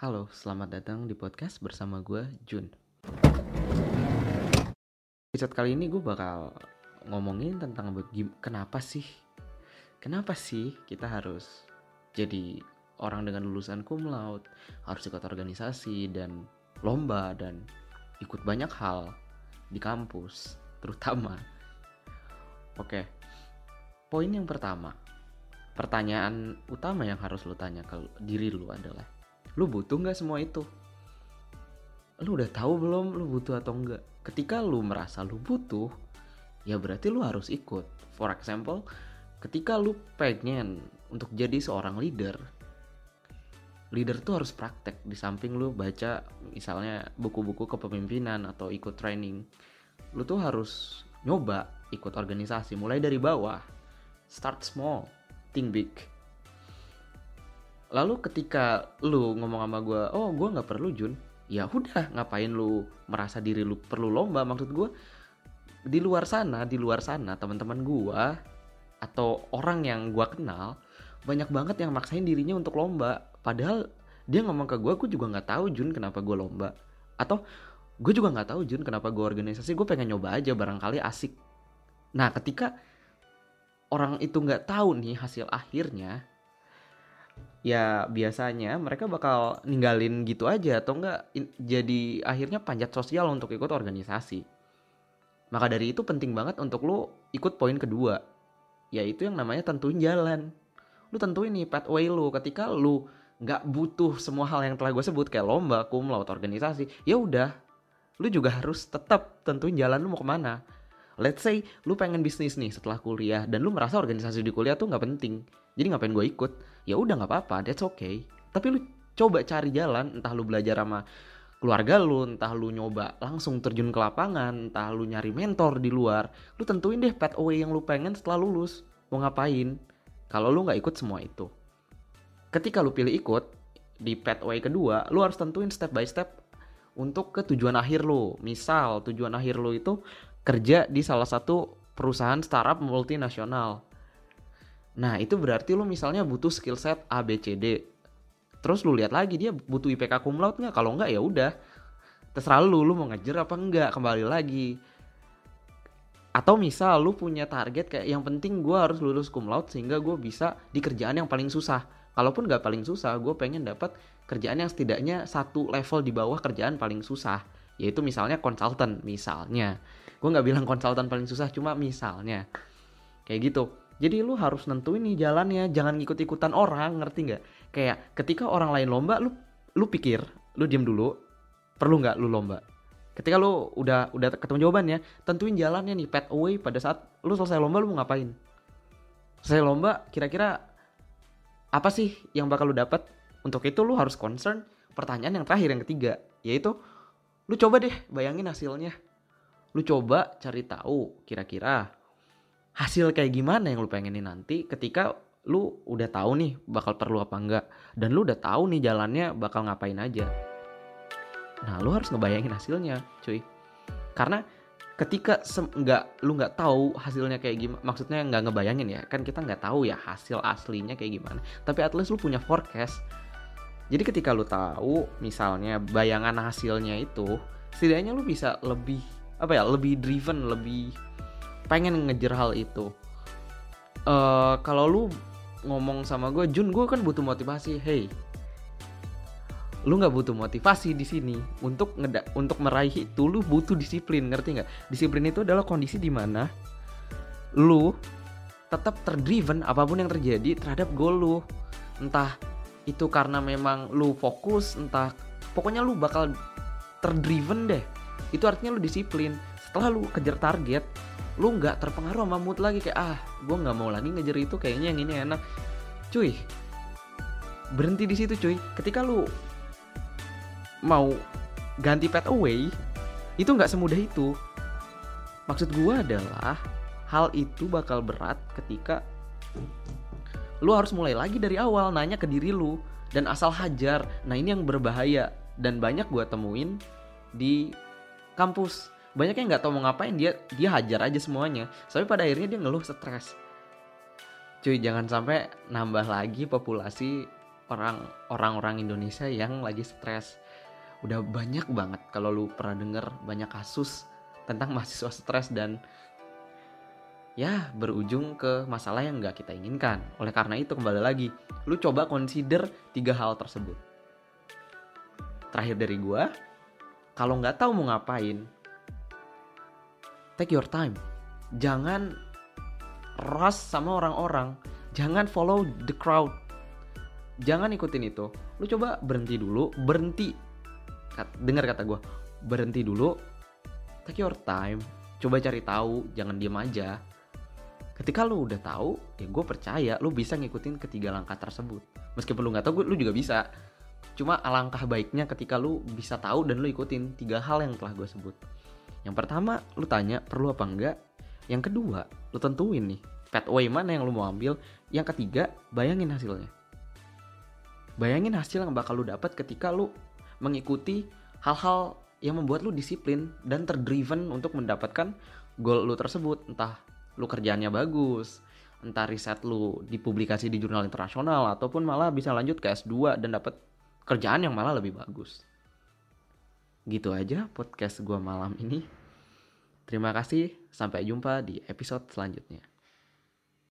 Halo, selamat datang di podcast bersama gue, Jun. Episode kali ini gue bakal ngomongin tentang kenapa sih kita harus jadi orang dengan lulusan cum laude, harus ikut organisasi dan lomba dan ikut banyak hal di kampus, terutama. Oke, poin yang pertama, pertanyaan utama yang harus lo tanya ke diri lo adalah, lu butuh gak semua itu? Lu udah tahu belum lu butuh atau enggak? Ketika lu merasa lu butuh, ya berarti lu harus ikut. For example, ketika lu pengen untuk jadi seorang leader tuh harus praktek di samping lu baca misalnya buku-buku kepemimpinan atau ikut training. Lu tuh harus nyoba ikut organisasi mulai dari bawah. Start small, think big. Lalu ketika lu ngomong sama gue, oh gue gak perlu Jun, ya udah, ngapain lu merasa diri lu perlu lomba? Maksud gue, di luar sana teman-teman gue atau orang yang gue kenal banyak banget yang maksain dirinya untuk lomba. Padahal dia ngomong ke gue juga gak tahu Jun kenapa gue lomba. Atau gue juga gak tahu Jun kenapa gue organisasi, gue pengen nyoba aja, barangkali asik. Nah ketika orang itu gak tahu nih hasil akhirnya, ya biasanya mereka bakal ninggalin gitu aja atau enggak jadi akhirnya panjat sosial untuk ikut organisasi. Maka dari itu penting banget untuk lu ikut poin kedua, yaitu yang namanya tentuin jalan. Lu tentuin nih pathway lu. Ketika lu nggak butuh semua hal yang telah gue sebut kayak lomba, cum laude, organisasi, ya udah, lu juga harus tetap tentuin jalan lu mau kemana. Let's say lu pengen bisnis nih setelah kuliah dan lu merasa organisasi di kuliah tuh nggak penting, jadi ngapain gue ikut? Ya udah nggak apa-apa, that's okay. Tapi lu coba cari jalan, entah lu belajar sama keluarga lu, entah lu nyoba langsung terjun ke lapangan, entah lu nyari mentor di luar. Lu tentuin deh pathway yang lu pengen setelah lulus mau ngapain. Kalau lu nggak ikut semua itu, ketika lu pilih ikut di pathway kedua, lu harus tentuin step by step untuk ke tujuan akhir lu. Misal tujuan akhir lu itu kerja di salah satu perusahaan startup multinasional. Nah itu berarti lu misalnya butuh skill set A, B, C, D. Terus lu lihat lagi dia butuh IPK cum laude nggak? Kalau nggak ya udah, terserah lu mau ngejar apa enggak, kembali lagi. Atau misal lu punya target kayak yang penting gue harus lulus cum laude sehingga gue bisa di kerjaan yang paling susah. Kalaupun nggak paling susah, gue pengen dapat kerjaan yang setidaknya satu level di bawah kerjaan paling susah, yaitu misalnya konsultan misalnya. Gue gak bilang konsultan paling susah, cuma misalnya kayak gitu. Jadi lu harus nentuin nih jalannya, jangan ngikut-ikutan orang, ngerti gak? Kayak ketika orang lain lomba, lu pikir, lu diem dulu, perlu gak lu lomba? Ketika lu udah ketemu jawabannya, tentuin jalannya nih, pathway pada saat lu selesai lomba lu mau ngapain. Selesai lomba, kira-kira apa sih yang bakal lu dapat? Untuk itu lu harus concern pertanyaan yang terakhir, yang ketiga, yaitu lu coba deh bayangin hasilnya. Lu coba cari tahu kira-kira hasil kayak gimana yang lu pengenin nanti ketika lu udah tahu nih bakal perlu apa enggak, dan lu udah tahu nih jalannya bakal ngapain aja. Nah lu harus ngebayangin hasilnya cuy, karena ketika lu nggak tahu hasilnya kayak gimana, maksudnya nggak ngebayangin ya, kan kita nggak tahu ya hasil aslinya kayak gimana, tapi at least lu punya forecast. Jadi ketika lu tahu misalnya bayangan hasilnya itu, setidaknya lu bisa lebih driven, lebih pengen ngejar hal itu. Kalau lu ngomong sama gue, Jun, gue kan butuh motivasi. Hey, lu nggak butuh motivasi di sini untuk meraih itu. Lu butuh disiplin, ngerti nggak? Disiplin itu adalah kondisi di mana lu tetap terdriven apapun yang terjadi terhadap goal lu. Entah itu karena memang lu fokus, entah pokoknya lu bakal terdriven deh. Itu artinya lu disiplin. Setelah lu kejar target, lu gak terpengaruh sama mood lagi kayak gue gak mau lagi ngejar itu, kayaknya yang ini enak. Cuy, berhenti di situ cuy. Ketika lu mau ganti pathway, itu gak semudah itu. Maksud gue adalah hal itu bakal berat ketika lu harus mulai lagi dari awal, nanya ke diri lu dan asal hajar. Nah ini yang berbahaya dan banyak gue temuin di kampus. Banyak yang nggak tahu mau ngapain, dia hajar aja semuanya sampai pada akhirnya dia ngeluh stres. Cuy, jangan sampai nambah lagi populasi orang-orang Indonesia yang lagi stres. Udah banyak banget kalau lu pernah denger banyak kasus tentang mahasiswa stres dan ya berujung ke masalah yang gak kita inginkan. Oleh karena itu kembali lagi, lu coba consider 3 hal tersebut. Terakhir dari gua, kalau gak tahu mau ngapain, take your time. Jangan rush sama orang-orang. Jangan follow the crowd. Jangan ikutin itu. Lu coba berhenti dulu. Dengar kata gue. Berhenti dulu. Take your time. Coba cari tahu. Jangan diem aja. Ketika lu udah tahu, ya gue percaya lu bisa ngikutin ketiga langkah tersebut. Meskipun lu gak tahu, lu juga bisa. Cuma alangkah baiknya ketika lu bisa tahu dan lu ikutin 3 hal yang telah gue sebut. Yang pertama, lu tanya perlu apa enggak. Yang kedua, lu tentuin nih pathway mana yang lu mau ambil. Yang ketiga, bayangin hasilnya. Bayangin hasil yang bakal lu dapat ketika lu mengikuti hal-hal yang membuat lu disiplin dan terdriven untuk mendapatkan goal lu tersebut. Entah lu kerjaannya bagus, entah riset lu dipublikasi di jurnal internasional, ataupun malah bisa lanjut ke S2 dan dapat kerjaan yang malah lebih bagus. Gitu aja podcast gua malam ini. Terima kasih, sampai jumpa di episode selanjutnya.